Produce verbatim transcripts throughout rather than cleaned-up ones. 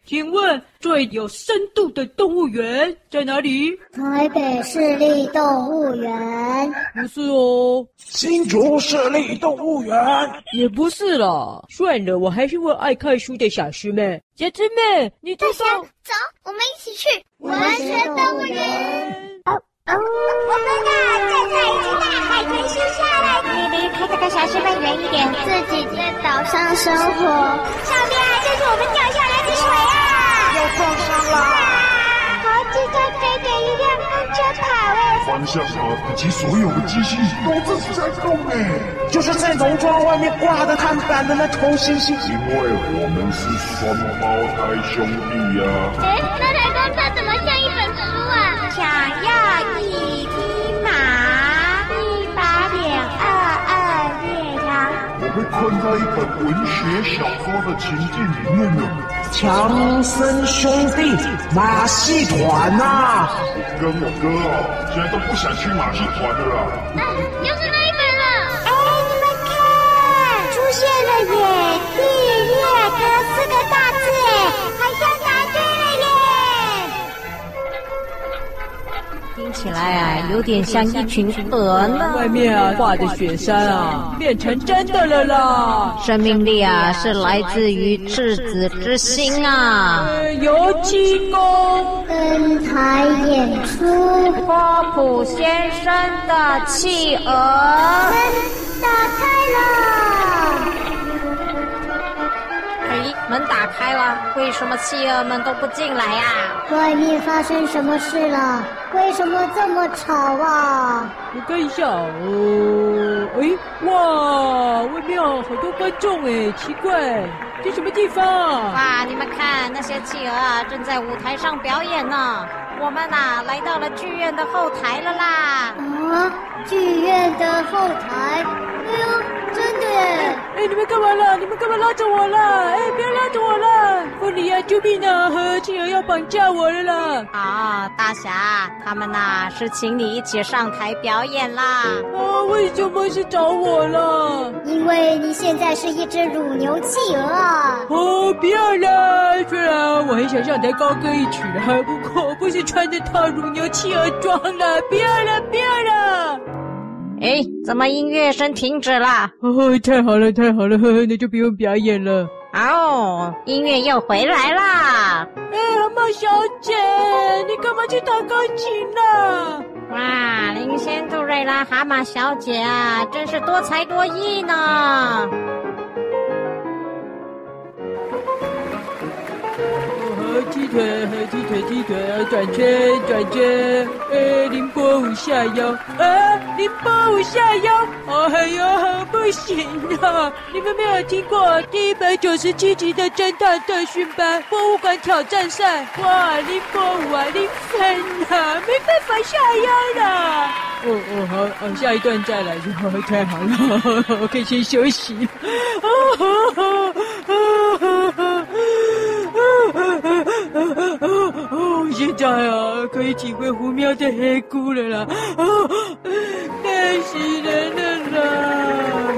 请问最有深度的动物园在哪里？ 台北市立动物园。 不是哦。 新竹市立动物园。 也不是啦。算了，我还是问爱看书的小师妹。小师妹，你知道？ 走，我们一起去文学动物园。 哦哦， 我们啊，站在一只大海豚身上来，你离开这个小师妹远一点， 自己在岛上生活。 上面啊，就是我们掉下来的水啊！ 要撞上了！ 好几台飞给一辆公车跑哎！ 方向盘以及所有的机器都自己在动哎， 就是在农庄外面挂的看板的那头猩猩。 因为我们是双胞胎兄弟呀、啊。 哎，那台公车怎么像一本书啊？ 想要一匹马，一把脸，二二月亮。 我被困在一本文学小说的情境里面了。 强森兄弟马戏团呐、啊！ 我跟我哥哦，现在都不想去马戏团的啦。 啊，又是那一本了！ 哎，你们看，出现了耶！地列哥四个大字哎，好像答对了耶！ 听起来啊，有点像一群鹅呢。 外面啊画的雪山啊，变成真的了啦！ 生命力啊，是来自于赤子之心啊！ 呃、油漆工登台演出， 波普先生的企鹅门打开了。 哎，门打开了，为什么企鹅们都不进来呀、啊？ 外面发生什么事了？为什么这么吵啊？ 我看一下哦，哎，哇，外面好多观众哎，奇怪，这什么地方啊？ 哇，你们看那些企鹅啊，正在舞台上表演呢。我们呐、啊，来到了剧院的后台了啦。 啊，剧院的后台，哎呦，真的耶！ 哎，你们干嘛了？你们干嘛拉着我了？哎，不要拉着我了！凤梨啊，救命啊！和企鹅要绑架我了啦！ 啊、哦，大侠，他们呐、啊、是请你一起上台表演啦。 啊，为什么是找我了？ 因为你现在是一只乳牛企鹅啊！ 哦，不要了！虽然我很想上台高歌一曲了，不过我不是穿着套乳牛企鹅装了，不要了，不要了！ 哎，怎么音乐声停止了？ 哦，太好了，太好了，呵呵，那就不用表演了。 哦，音乐又回来啦！ 哎，蛤蟆小姐，你干嘛去弹钢琴呢？ 哇，林仙杜瑞拉蛤蟆小姐啊，真是多才多艺呢！ 踢腿，踢腿，踢腿，转圈，转圈，呃，凌波舞下腰，啊，凌波舞下腰，哎呀，不行啊！你们没有听过第一百九十七集的侦探特训班博物馆挑战赛？哇，凌波舞啊，零分啊，没办法下腰了。哦哦，好，好，下一段再来就好，太好了，我可以先休息。啊啊啊啊啊哦，现在啊，可以体会湖喵的黑菇了啦！哦，太喜人了啦！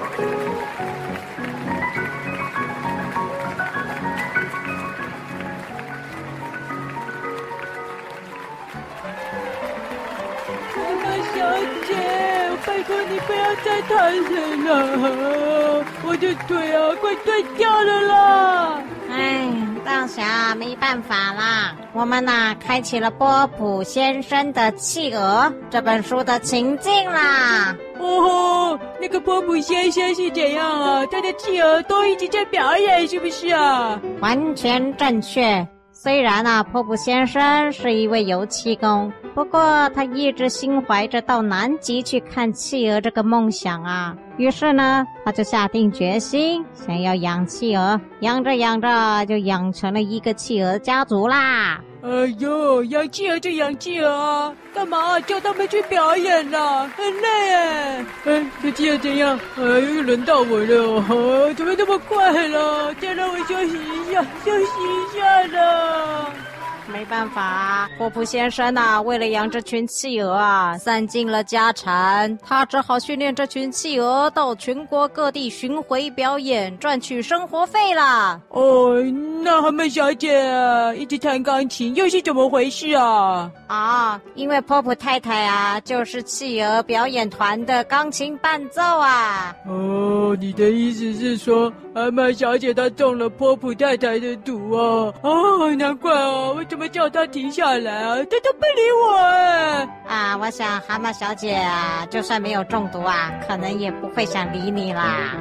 妈妈小姐，拜托你不要再弹人了，我的腿啊，快断掉了啦！ 哎，大侠没办法啦，我们呐、啊、开启了波普先生的企鹅这本书的情境啦。 哦，那个波普先生是怎样啊？他的企鹅都一直在表演，是不是啊？ 完全正确。虽然啊，波普先生是一位油漆工，不过他一直心怀着到南极去看企鹅这个梦想啊。于是呢，他就下定决心想要养企鹅，养着养着就养成了一个企鹅家族啦。 哎呦，养企鹅就养企鹅啊，干嘛叫他们去表演呢？很累哎。哎，这企鹅怎样？哎，又轮到我了，哦，怎么那么快了？再让我休息一下，休息一下了。 没办法啊，波普先生啊，为了养这群企鹅啊，散尽了家产，他只好训练这群企鹅到全国各地巡回表演，赚取生活费啦。 哦，那蛤蟆小姐啊，一直弹钢琴又是怎么回事啊？ 啊，因为波普太太啊，就是企鹅表演团的钢琴伴奏啊。 哦，你的意思是说，蛤蟆小姐她中了波普太太的毒哦？哦，难怪哦，我怎么叫她停下来啊？她都不理我哎。 啊，我想蛤蟆小姐啊，就算没有中毒啊，可能也不会想理你啦。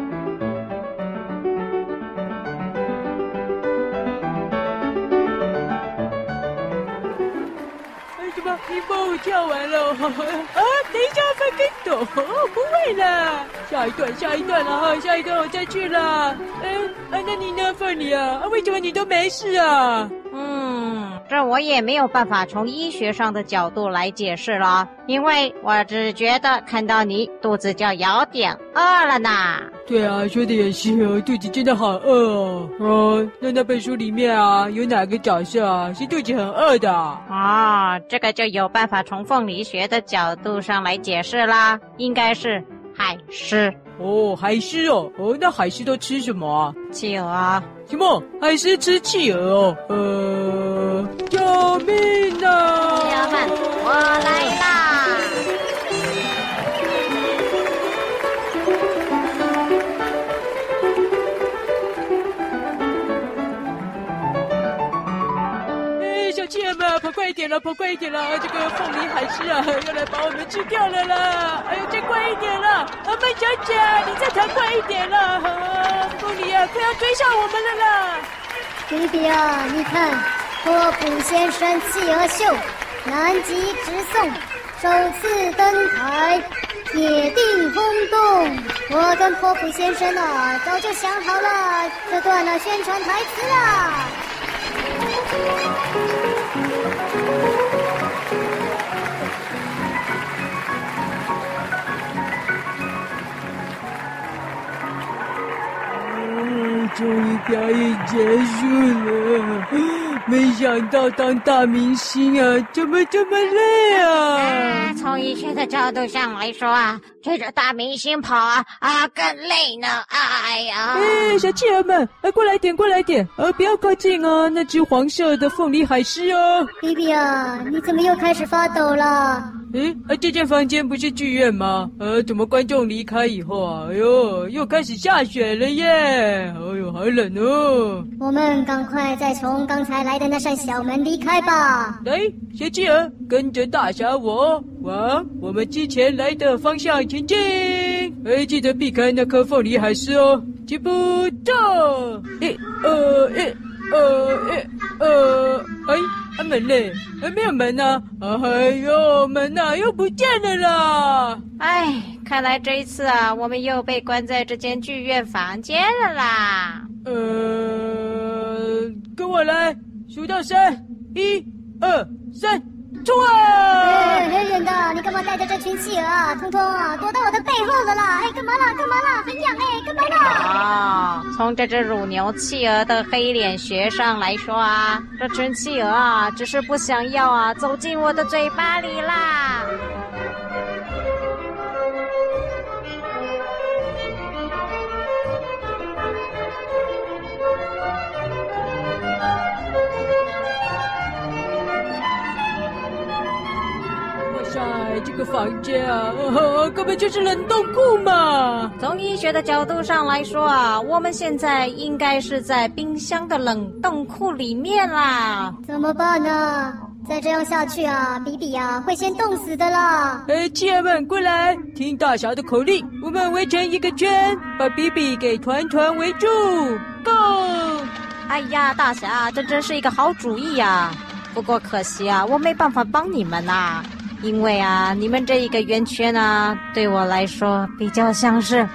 你帮我跳完了啊！等一下翻跟斗，不会啦。下一段，下一段了哈，下一段我再去啦。哎，啊，那你呢，凤梨啊？啊，为什么你都没事啊？ 嗯，这我也没有办法从医学上的角度来解释了，因为我只觉得看到你肚子就有点饿了呢。 对啊，说的也是哦，肚子真的好饿哦。哦，那那本书里面啊，有哪个角色啊是肚子很饿的啊？ 哦，这个就有办法从凤梨学的角度上来解释啦，应该是海狮。 哦，海狮哦，哦，那海狮都吃什么啊？ 企鹅啊。 什么？海狮吃企鹅哦？呃，救命啊！ 企鹅们，我来啦！ 小企鹅们，跑快一点了，跑快一点了！这个凤梨海狮啊，要来把我们吃掉了啦！哎呦，再快一点了！蛤蟆小姐，你再弹快一点了！啊，凤梨啊，快要追上我们了啦！ 比比啊，你看，波普先生企鹅秀，南极直送，首次登台，铁定轰动！我跟波普先生啊，早就想好了这段的宣传台词啊！ 终于表演结束了，没想到当大明星啊，怎么这么累啊？ 啊，从医学的角度上来说啊，追着大明星跑啊啊更累呢！哎呀！ 哎，小企鹅们，哎，过来点，过来点，呃，不要靠近哦，那只黄色的凤梨海狮哦。 比比啊，你怎么又开始发抖了？ 诶，啊，这间房间不是剧院吗？呃，怎么观众离开以后啊，哎呦，又开始下雪了耶！哎呦，好冷哦。 我们赶快再从刚才来的那扇小门离开吧。 来，小企鹅，跟着大侠我往我们之前来的方向前进。哎，记得避开那颗凤梨海狮哦。起步走！一、二、一、二、一、二，哎。啊门嘞，还没有门呢、啊！哎呦，门呐、啊、又不见了啦！ 哎，看来这一次啊，我们又被关在这间剧院房间了啦。 呃，跟我来，数到三，一、二、三，冲啊！ 哎，黑人的，你干嘛带着这群企鹅啊？通通啊，躲到我的背后了啦！哎，干嘛啦？干嘛啦？很痒哎，干嘛啦？ 哦，从这只乳牛企鹅的黑脸学上来说啊，这群企鹅啊，只是不想要啊走进我的嘴巴里啦。 这个房间啊、哦，根本就是冷冻库嘛！ 从医学的角度上来说啊，我们现在应该是在冰箱的冷冻库里面啦。 怎么办呢？再这样下去啊，比比啊会先冻死的啦！ 哎，企鹅们过来，听大侠的口令，我们围成一个圈，把比比给团团围住 ，Go！ 哎呀，大侠，这真是一个好主意呀！不过可惜啊，我没办法帮你们呐。因为啊，你们这一个圆圈啊，对我来说比较像是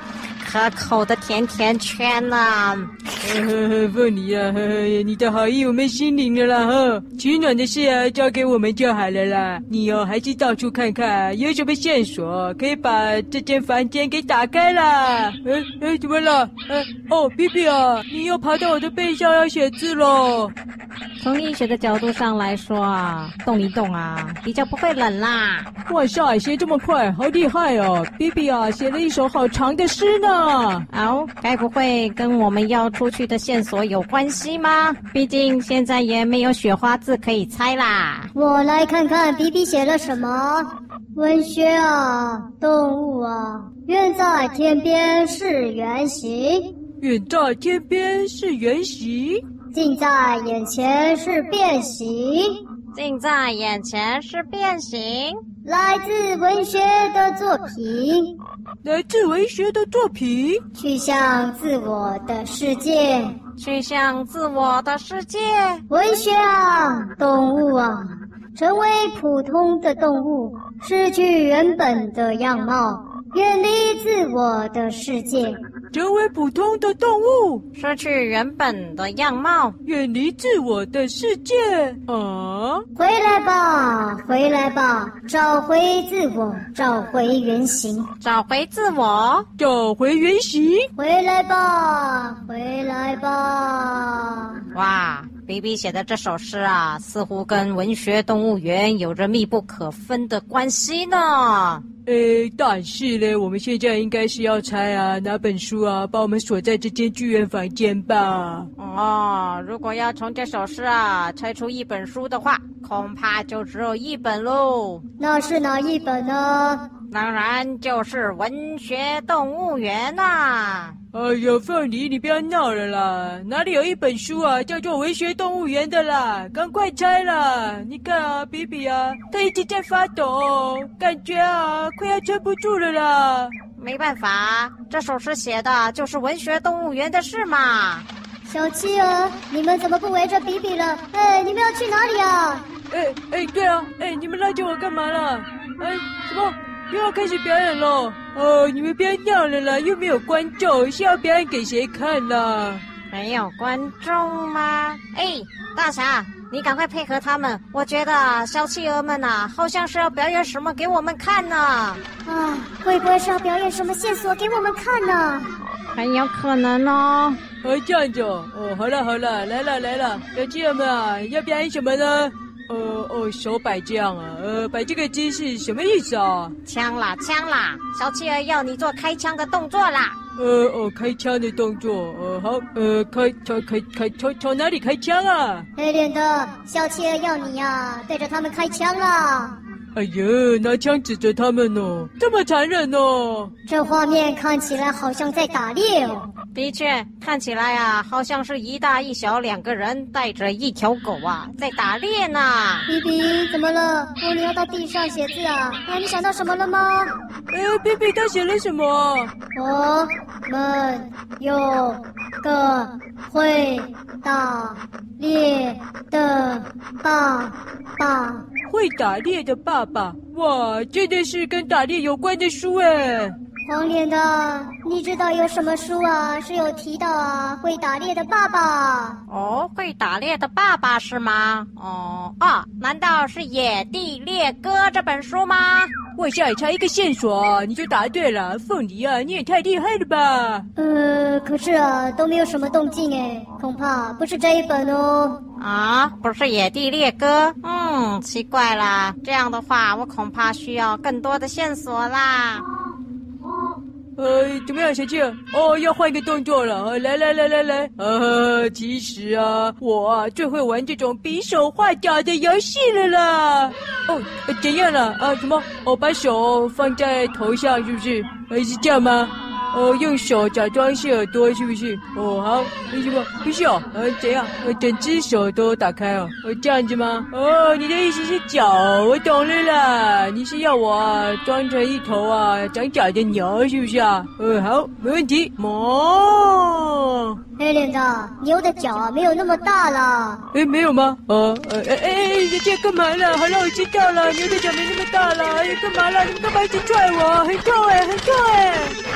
可口的甜甜圈呢。 呵呵，凤梨啊，呵呵，你的好意我们心领了啦哈。取暖的事啊，交给我们就好了啦。你哦，还是到处看看，有什么线索可以把这间房间给打开啦。哎哎，怎么了？哎哦，比比啊，你又爬到我的背上要写字喽。 从医学的角度上来说啊，动一动啊，比较不会冷啦。 哇塞，写这么快，好厉害哦！比比啊，写了一首好长的诗呢。 哦，该不会跟我们要出去的线索有关系吗？毕竟现在也没有雪花字可以猜啦。 我来看看比比写了什么。文学啊，动物啊，远在天边是圆形， 远在天边是圆形， 近在眼前是变形， 近在眼前是变形。 来自文学的作品， 来自文学的作品， 去向自我的世界， 去向自我的世界。 文学啊，动物啊，成为普通的动物，失去原本的样貌，远离自我的世界， 成为普通的动物， 失去原本的样貌， 远离自我的世界。啊， 回来吧，回来吧，找回自我，找回原形， 找回自我， 找回原形。 回来吧，回来吧。 哇，比比写的这首诗啊，似乎跟文学动物园有着密不可分的关系呢。 诶，但是呢，我们现在应该是要猜啊，哪本书啊，把我们锁在这间剧院房间吧？ 哦，如果要从这首诗啊猜出一本书的话，恐怕就只有一本喽。 那是哪一本呢？ 当然就是文学动物园啦。 哎呀，凤梨，你不要闹了啦！哪里有一本书啊，叫做《文学动物园》的啦？赶快猜啦！你看啊，比比啊，他一直在发抖，感觉啊，快要撑不住了啦。 没办法，这首诗写的就是文学动物园的事嘛。 小企鹅，你们怎么不围着比比了？哎，你们要去哪里啊？ 哎哎，对啊，哎，你们拉着我干嘛啦？哎，什么？又要开始表演了？哦，你们不要闹了啦，又没有观众，是要表演给谁看啦？ 没有观众吗？哎，大侠，你赶快配合他们，我觉得小企鹅们啊，好像是要表演什么给我们看呢。 啊，会不会是要表演什么线索给我们看呢？ 很有可能哦。 哦，这样子哦，哦，好了好了，来了来了，小企鹅们啊，要表演什么呢？呃哦，手摆这样啊，呃，摆这个姿势什么意思啊？ 枪啦枪啦，小企鹅要你做开枪的动作啦。 呃哦，开枪的动作，呃好，呃开开开开朝朝哪里开枪啊？ 黑脸的小企鹅要你呀、啊，对着他们开枪啊！ 哎呀，拿枪指着他们哦，这么残忍哦！ 这画面看起来好像在打猎哦。 的确，看起来啊，好像是一大一小两个人带着一条狗啊，在打猎呢。 比比，怎么了？哦，你要到地上写字啊？啊，你想到什么了吗？ 哎，比比他写了什么？ 我们有个会打猎的爸爸。 会打猎的爸爸，哇，真的是跟打猎有关的书哎。 黄脸的，你知道有什么书啊？是有提到啊，会打猎的爸爸。 哦，会打猎的爸爸是吗？哦啊，难道是《野地猎歌》这本书吗？ 我下也差一个线索，你就答对了。凤梨啊，你也太厉害了吧！ 呃，可是啊，都没有什么动静哎，恐怕不是这一本哦。 啊，不是《野地猎歌》？嗯，奇怪啦。这样的话，我恐怕需要更多的线索啦。 呃，怎么样，小静？哦，要换一个动作了。来来来来来，呃，其实啊，我啊最会玩这种比手画脚的游戏了啦。哦，呃、怎样了？啊，什么？哦，把手放在头上，是不是？呃，是这样吗？哦，用手假装是耳朵，是不是？哦，好，为什么？不是哦，呃，怎样？呃，整只手都打开哦，呃，这样子吗？哦，你的意思是脚，我懂了啦，你是要我啊装成一头啊长角的牛，是不是啊？呃，好，没问题。哞。 黑脸的，牛的脚啊没有那么大啦。 哎，没有吗？哦，呃，哎哎哎，人家干嘛了？好了，我知道了，牛的脚没那么大了。哎，干嘛了？你们干嘛一直拽我？很痛哎，很痛哎！ 哎呦，大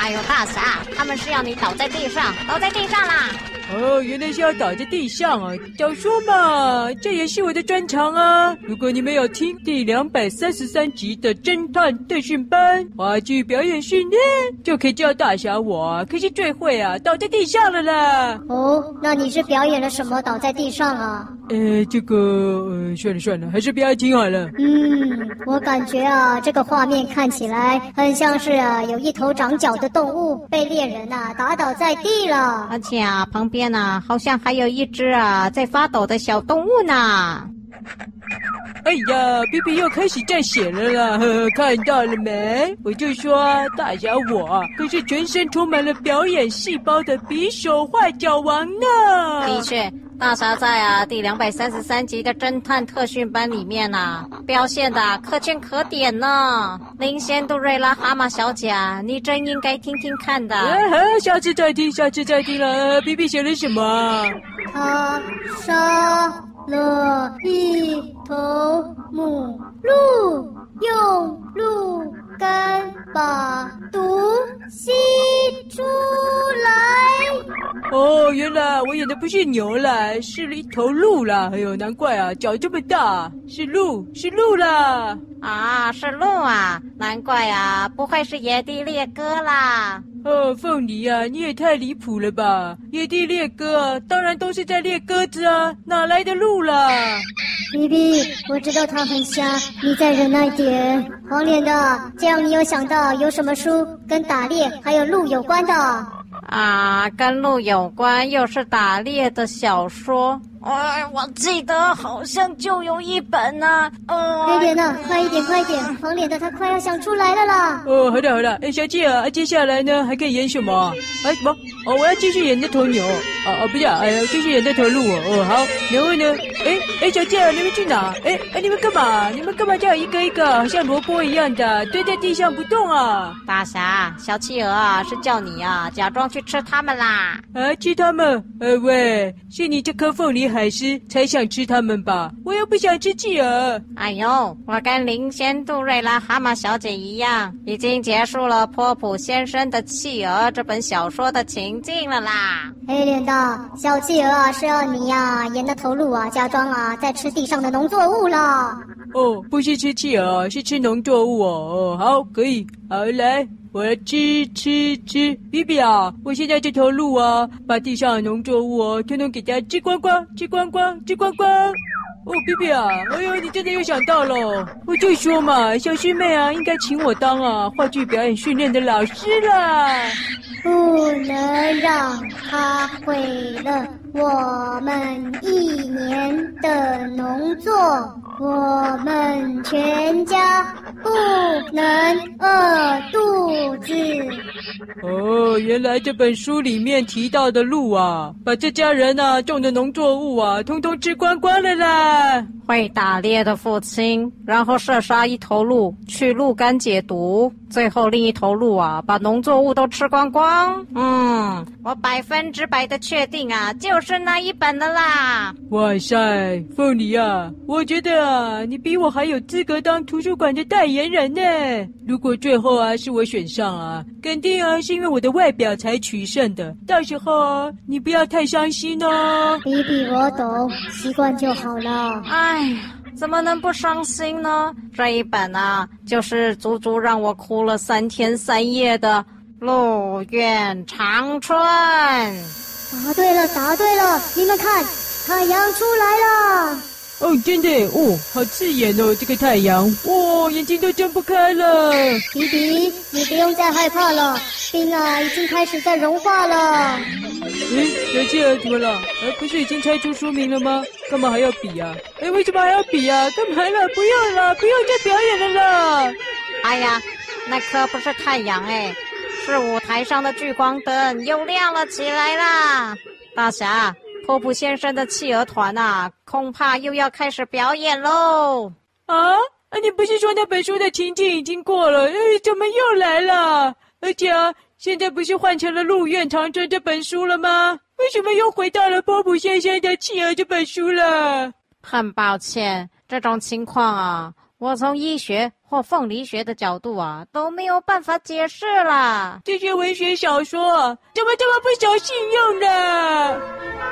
侠，他们是要你倒在地上，倒在地上啦！ 哦，原来是要倒在地上啊！早说嘛，这也是我的专长啊！如果你们有听第两百三十三集的侦探特训班话剧表演训练，就可以叫大侠我可是最会啊，倒在地上了啦！ 哦，那你是表演了什么倒在地上啊？ 呃，这个呃，算了算了，还是不要听好了。 嗯，我感觉啊，这个画面看起来很像是啊，有一头长角的动物被猎人啊打倒在地了， 而且啊，旁边啊好像还有一只啊在发抖的小动物呢。 哎呀，比比又开始在写了啦，呵呵，看到了没？我就说啊，大侠我可是全身充满了表演细胞的比手画脚王呢。 的确，大侠在啊第两百三十三集的侦探特训班里面啊，表现的可圈可点呢。林仙杜瑞拉蛤蟆小姐，你真应该听听看的。 啊哈，下次再听，下次再听了。比比写了什么？ 他杀了一头母鹿，用鹿肝把毒吸出来。 哦，原来我演的不是牛啦，是一头鹿啦。哎呦，难怪啊，脚这么大，是鹿，是鹿啦。 啊，是鹿啊，难怪啊，不会是野地猎歌啦。 哦，凤梨啊，你也太离谱了吧！野地猎鸽啊，当然都是在猎鸽子啊，哪来的鹿啦？ 比比，我知道他很瞎，你再忍耐点。黄脸的，这样你有想到有什么书跟打猎还有鹿有关的？ 啊，跟鹿有关又是打猎的小说。哎，我记得好像就有一本呢、啊。呃， 黑脸的，快一点，快一点！黄脸的他快要想出来了啦。 哦，好的好的，哎，小姐啊，接下来呢还可以演什么？哎，什么？哦，我要继续演那头牛。哦哦，不是，哎呀，继续演那头鹿哦。哦，好，然后呢？哎哎，小姐，你们去哪？哎哎，你们干嘛？你们干嘛这样一个一个，好像萝卜一样的堆在地上不动啊？ 大侠，小企鹅啊，是叫你啊，假装去吃它们啦。 啊，吃它们？呃，喂，是你这颗凤梨海狮才想吃它们吧？我又不想吃企鹅。 哎呦，我跟林仙杜瑞拉蛤蟆小姐一样，已经结束了波普先生的企鹅这本小说的情境了啦。 黑脸的，小企鹅啊，是要你呀、啊、演那头鹿啊，假装啊在吃地上的农作物了。 哦，不是吃企鹅，是吃农作物哦。哦，好，可以，好来。我要吃吃吃，比比啊！我现在这头鹿啊，把地上的农作物哦，统统给它吃光光，吃光光，吃光光。哦，比比啊，哎呦，你真的又想到了！我就说嘛，小师妹啊，应该请我当啊话剧表演训练的老师啦。 不能让他毁了我们一年的农作，我们全家不能饿肚子。 哦，原来这本书里面提到的鹿啊，把这家人啊种的农作物啊，通通吃光光了啦。 会打猎的父亲，然后射杀一头鹿，去鹿肝解毒，最后另一头鹿啊，把农作物都吃光光。嗯，我百分之百的确定啊，就是那一本的啦。 哇塞，凤梨啊，我觉得啊，你比我还有资格当图书馆的代言人呢。如果最后啊是我选上啊，肯定啊是因为我的外表才取胜的。到时候啊，你不要太伤心哦。 比比我懂，习惯就好了。 哎呀，怎么能不伤心呢？这一本啊，就是足足让我哭了三天三夜的《鹿苑长春》。 答对了，答对了！你们看，太阳出来了。 哦，真的哦，好刺眼哦，这个太阳，哇、哦，眼睛都睁不开了。 比比，你不用再害怕了，冰啊已经开始在融化了。 诶，小姐儿怎么了？呃，不是已经猜出书名了吗？干嘛还要比啊？诶，为什么还要比啊？干嘛了？不用了，不用再表演了啦。 哎呀，那颗不是太阳诶，是舞台上的聚光灯又亮了起来啦。大侠，波普先生的企鹅团啊，恐怕又要开始表演喽。 啊？啊，你不是说那本书的情境已经过了？诶，怎么又来了？而且啊，现在不是换成了《鹿苑长春》这本书了吗？为什么又回到了波普先生的企鹅这本书了？ 很抱歉，这种情况啊， 我从医学或凤梨学的角度啊，都没有办法解释啦。 这些文学小说啊，怎么这么不守信用呢？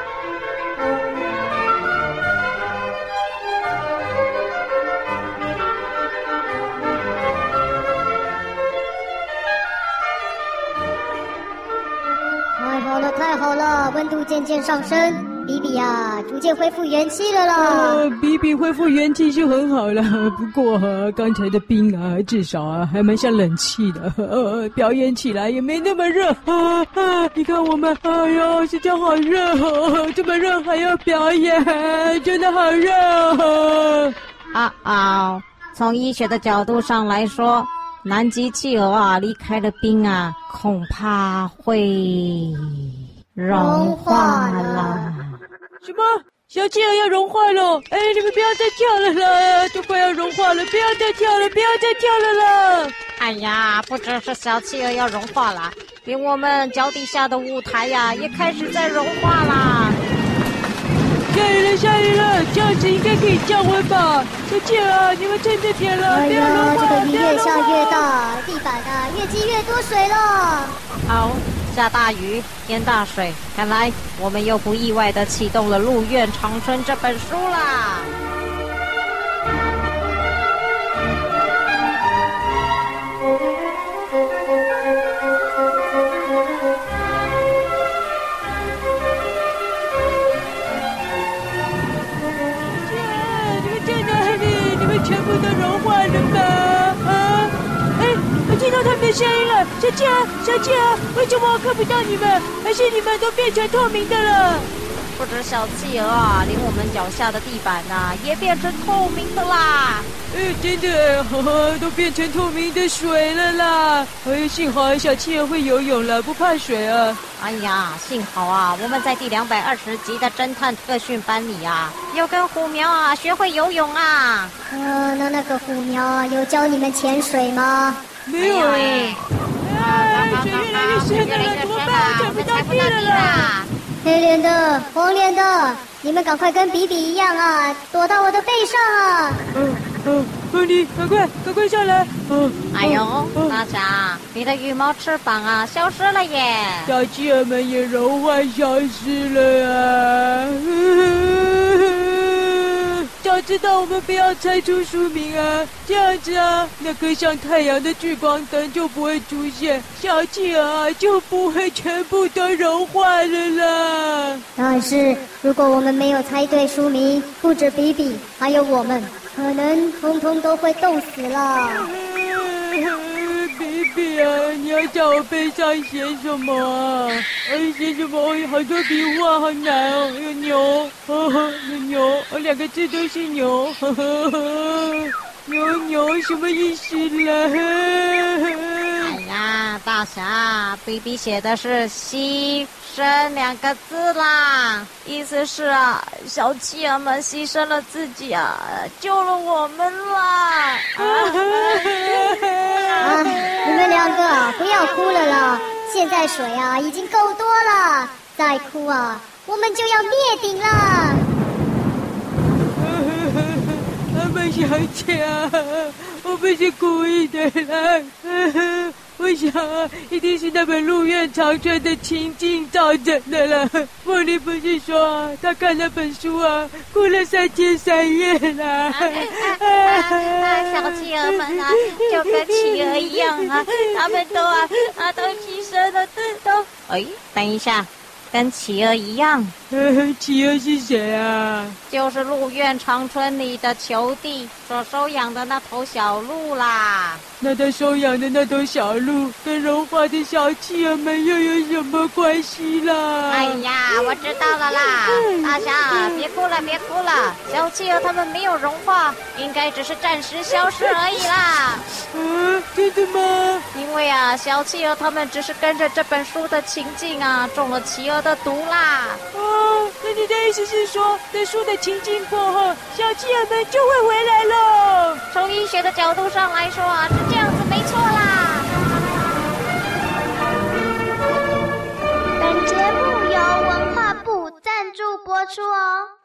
太好了，太好了，温度渐渐上升，比比啊，逐渐恢复元气了啦。 呃，比比恢复元气是很好了，不过啊，刚才的冰啊，至少啊还蛮像冷气的，呃，表演起来也没那么热啊啊！你看我们，哎呦，现在好热哦，这么热还要表演，真的好热哦。 啊啊！从医学的角度上来说，南极企鹅啊离开了冰啊，恐怕会融化了。 什么？小企鹅要融化了？哎，你们不要再跳了啦，就快要融化了，不要再跳了，不要再跳了啦！ 哎呀，不只是小企鹅要融化了，连我们脚底下的舞台呀、啊、也开始在融化啦。 下雨了，下雨了，这样子应该可以降温吧？小企鹅，你们趁着点了， 哎不要融呀， 化， 这个雨越下越大。 大，地板啊越积越多水了。 好，下大雨，淹大水，看来我们又不意外地启动了《鹿苑长春》这本书啦。 全部都融化了吧？啊！哎，我听到他们的声音了，小企鹅，小企鹅，为什么我看不到你们？还是你们都变成透明的了？ 不止小企鹅啊，连我们脚下的地板啊，也变成透明的啦。 哎，真的，呵呵，都变成透明的水了啦！哎，幸好小企鹅会游泳了，不怕水啊。 哎呀，幸好啊，我们在第两百二十集的侦探特训班里啊，有跟虎苗啊学会游泳啊。 呃，那那个虎苗啊，有教你们潜水吗？ 没有哎。哎，水越来越深了，怎么办？踩不到地了啦！ 黑脸的，黄脸的，你们赶快跟比比一样啊，躲到我的背上啊！ 嗯嗯，凤梨，赶快赶快下来！嗯， 哎呦，大侠，你的羽毛翅膀啊消失了耶！ 小企鹅们也融化消失了啊！早知道我们不要拆出书名啊，这样子啊，那颗像太阳的聚光灯就不会出现，小企鹅啊就不会全部都融化了啦。 但是如果我们没有猜对书名，不止比比，还有我们，可能通通都会冻死了。 比比啊，你要在我背上写什么啊？哎，写什么？好多笔画，好难哦。有牛，呵呵，有牛，两个字都是牛，呵呵呵，牛牛什么意思啦？ 哎呀，大侠，比比写的是牺牲两个字啦，意思是啊，小企鹅们牺牲了自己啊，救了我们啦。啊啊，你们两个啊，不要哭了啦！现在水啊已经够多了，再哭啊，我们就要灭顶啦！ 阿妹小姐啊，我不是故意的啦，我想啊，一定是那本《鹿苑长春》的情境造成的啦。茉莉不是说啊，她看那本书啊，哭了三天三夜啦。啊啊啊、小企鹅们啊，就跟企鹅一样啊，他们都啊啊都牺牲了，都哎，等一下。跟企鹅一样， 呃，企鹅是谁啊？ 就是鹿苑长春里的裘弟所收养的那头小鹿啦。 那他收养的那头小鹿跟融化的小企鹅们又有什么关系啦？ 哎呀，我知道了啦，大侠，别哭了，别哭了，小企鹅它们没有融化，应该只是暂时消失而已啦。 啊，真的吗？ 因为啊，小企鹅它们只是跟着这本书的情境啊，中了企鹅的毒啦。 哦，那你的意思是说，在书的情境过后，小企鹅们就会回来了？ 从医学的角度上来说啊，是这